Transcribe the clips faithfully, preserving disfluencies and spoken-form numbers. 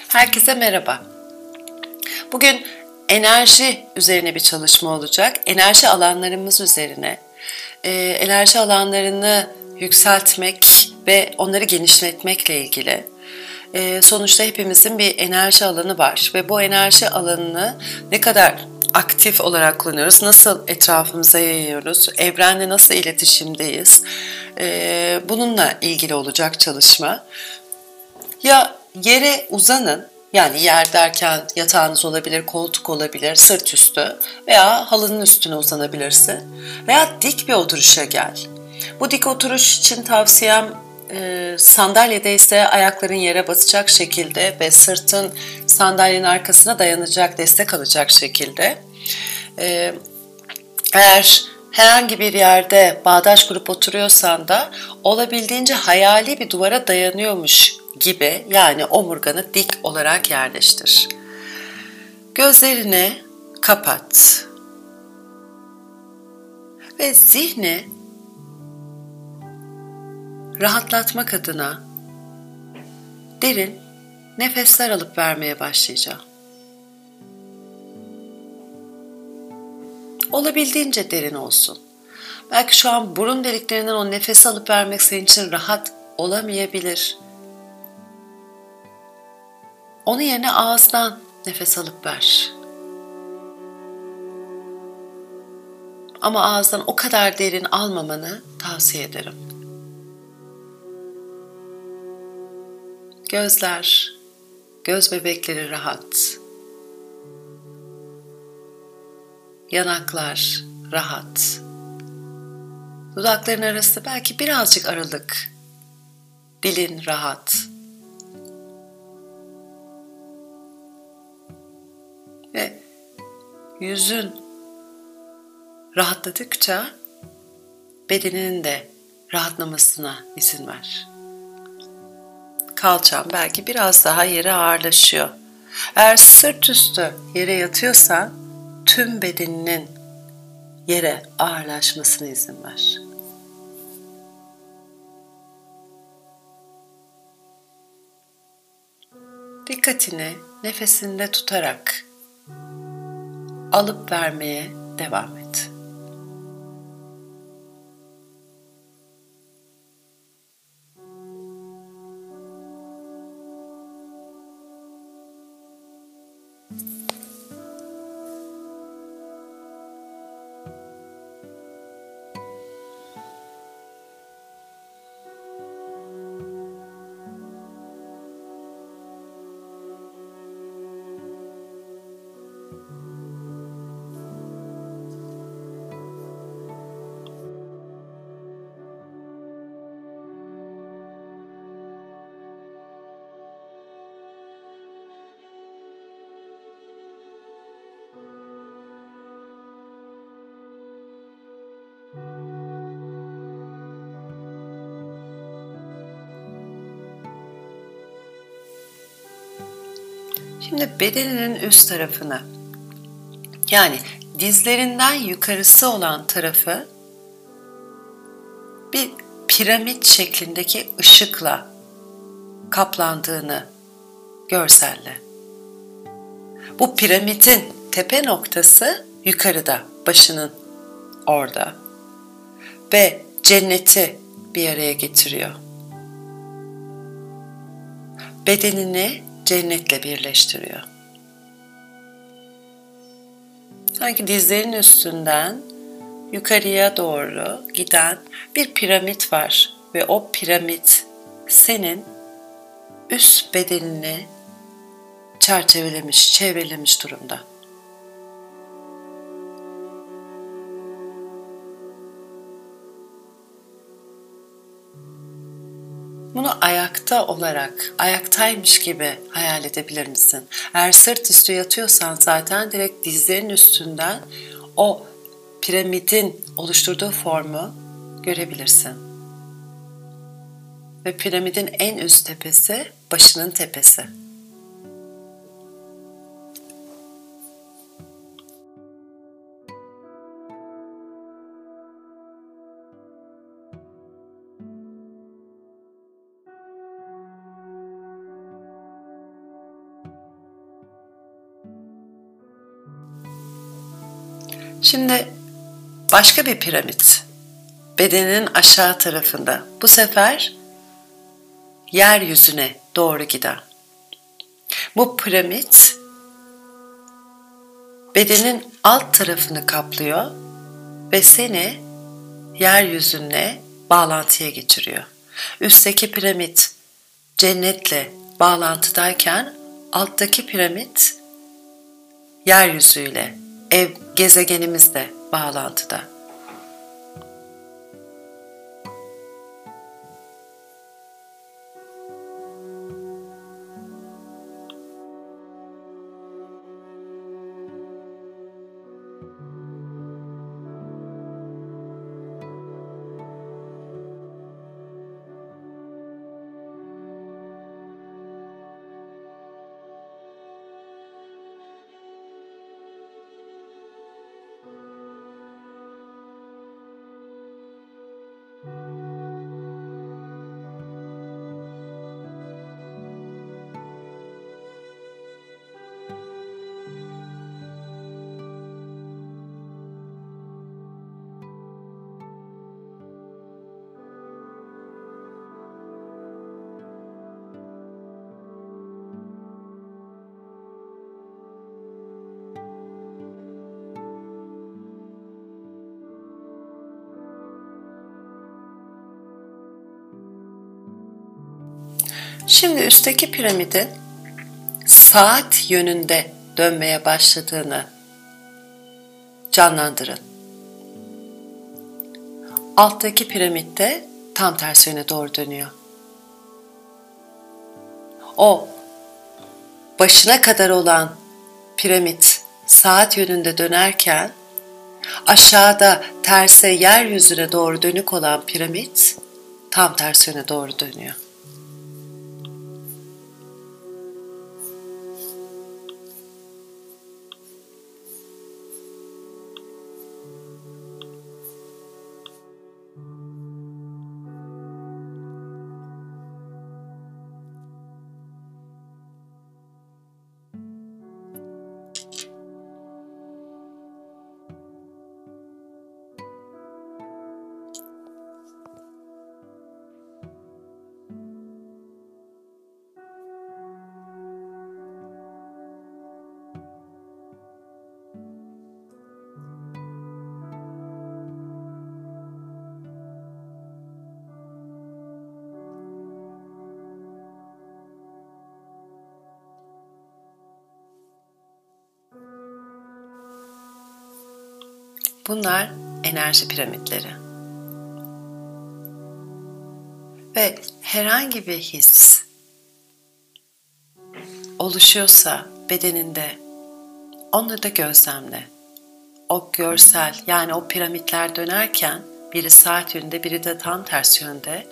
Herkese merhaba. Bugün enerji üzerine bir çalışma olacak. Enerji alanlarımız üzerine, e, enerji alanlarını yükseltmek ve onları genişletmekle ilgili. E, sonuçta hepimizin bir enerji alanı var ve bu enerji alanını ne kadar aktif olarak kullanıyoruz, nasıl etrafımıza yayıyoruz, evrenle nasıl iletişimdeyiz, e, bununla ilgili olacak çalışma. Ya yere uzanın, yani yer derken yatağınız olabilir, koltuk olabilir, sırt üstü veya halının üstüne uzanabilirsin. Veya dik bir oturuşa gel. Bu dik oturuş için tavsiyem e, sandalyede ise ayakların yere basacak şekilde ve sırtın sandalyenin arkasına dayanacak, destek alacak şekilde. E, eğer herhangi bir yerde bağdaş kurup oturuyorsan da olabildiğince hayali bir duvara dayanıyormuş gibi, yani omurganı dik olarak yerleştir. Gözlerini kapat ve zihni rahatlatmak adına derin nefesler alıp vermeye başlayacağım. Olabildiğince derin olsun. Belki şu an burun deliklerinden o nefes alıp vermek senin için rahat olamayabilir. Onun yerine ağızdan nefes alıp ver. Ama ağızdan o kadar derin almamanı tavsiye ederim. Gözler, göz bebekleri rahat. Yanaklar rahat. Dudakların arasında belki birazcık aralık. Dilin rahat. Ve yüzün rahatladıkça bedeninin de rahatlamasına izin ver. Kalçan belki biraz daha yere ağırlaşıyor. Eğer sırt üstü yere yatıyorsan tüm bedeninin yere ağırlaşmasına izin ver. Dikkatini nefesinde tutarak alıp vermeye devam et. Şimdi bedeninin üst tarafını, yani dizlerinden yukarısı olan tarafı bir piramit şeklindeki ışıkla kaplandığını görselle. Bu piramidin tepe noktası yukarıda, başının orada ve cenneti bir araya getiriyor. Bedenini cennetle birleştiriyor. Sanki dizlerin üstünden yukarıya doğru giden bir piramit var ve o piramit senin üst bedenini çerçevelemiş, çevrelemiş durumda. Bunu ayakta olarak, ayaktaymış gibi hayal edebilir misin? Eğer sırt üstü yatıyorsan zaten direkt dizlerin üstünden o piramidin oluşturduğu formu görebilirsin. Ve piramidin en üst tepesi başının tepesi. Şimdi başka bir piramit. Bedeninin aşağı tarafında. Bu sefer yeryüzüne doğru giden. Bu piramit bedenin alt tarafını kaplıyor ve seni yeryüzüne bağlantıya geçiriyor. Üstteki piramit cennetle bağlantıdayken alttaki piramit yeryüzüyle, ev, gezegenimizle bağlantıda. Şimdi üstteki piramidin saat yönünde dönmeye başladığını canlandırın. Alttaki piramitte tam tersi yöne doğru dönüyor. O başına kadar olan piramit saat yönünde dönerken aşağıda terse yeryüzüne doğru dönük olan piramit tam tersi yöne doğru dönüyor. Bunlar enerji piramitleri. Ve herhangi bir his oluşuyorsa bedeninde onu da gözlemle. O görsel, yani o piramitler dönerken biri saat yönünde, biri de tam tersi yönde,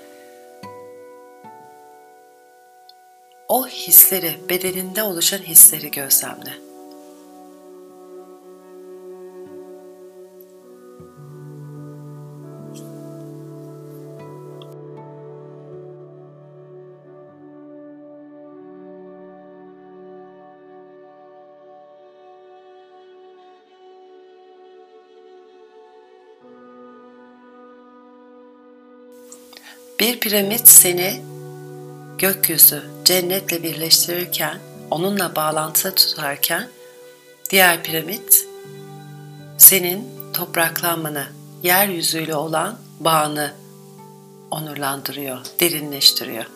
o hisleri, bedeninde oluşan hisleri gözlemle. Bir piramit seni gökyüzü, cennetle birleştirirken, onunla bağlantıda tutarken, diğer piramit senin topraklanmanı, yeryüzüyle olan bağını onurlandırıyor, derinleştiriyor.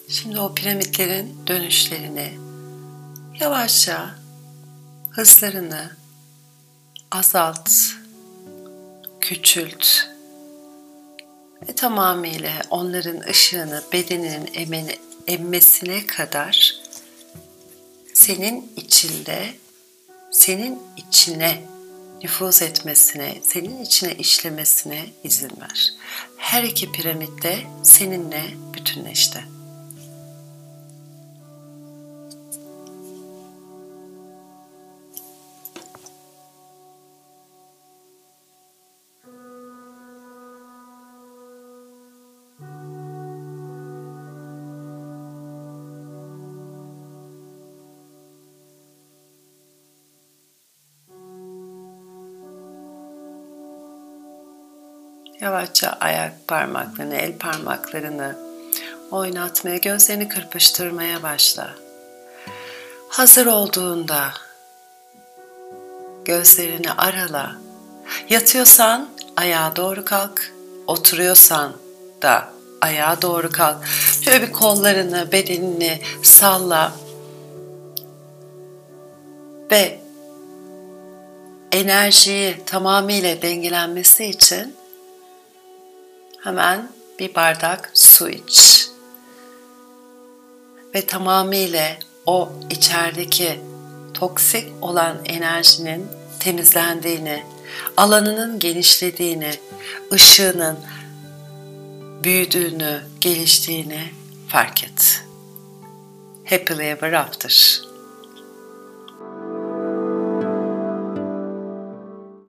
Şimdi o piramitlerin dönüşlerini yavaşça hızlarını azalt, küçült ve tamamıyla onların ışığını bedeninin emeni, emmesine kadar senin içinde, senin içine nüfuz etmesine, senin içine işlemesine izin ver. Her iki piramit de seninle bütünleşti. Yavaşça ayak parmaklarını, el parmaklarını oynatmaya, gözlerini kırpıştırmaya başla. Hazır olduğunda gözlerini arala. Yatıyorsan ayağa doğru kalk, oturuyorsan da ayağa doğru kalk. Şöyle bir kollarını, bedenini salla ve enerjiyi tamamıyla dengelenmesi için hemen bir bardak su iç. Ve tamamıyla o içerideki toksik olan enerjinin temizlendiğini, alanının genişlediğini, ışığının büyüdüğünü, geliştiğini fark et. Happily Ever After.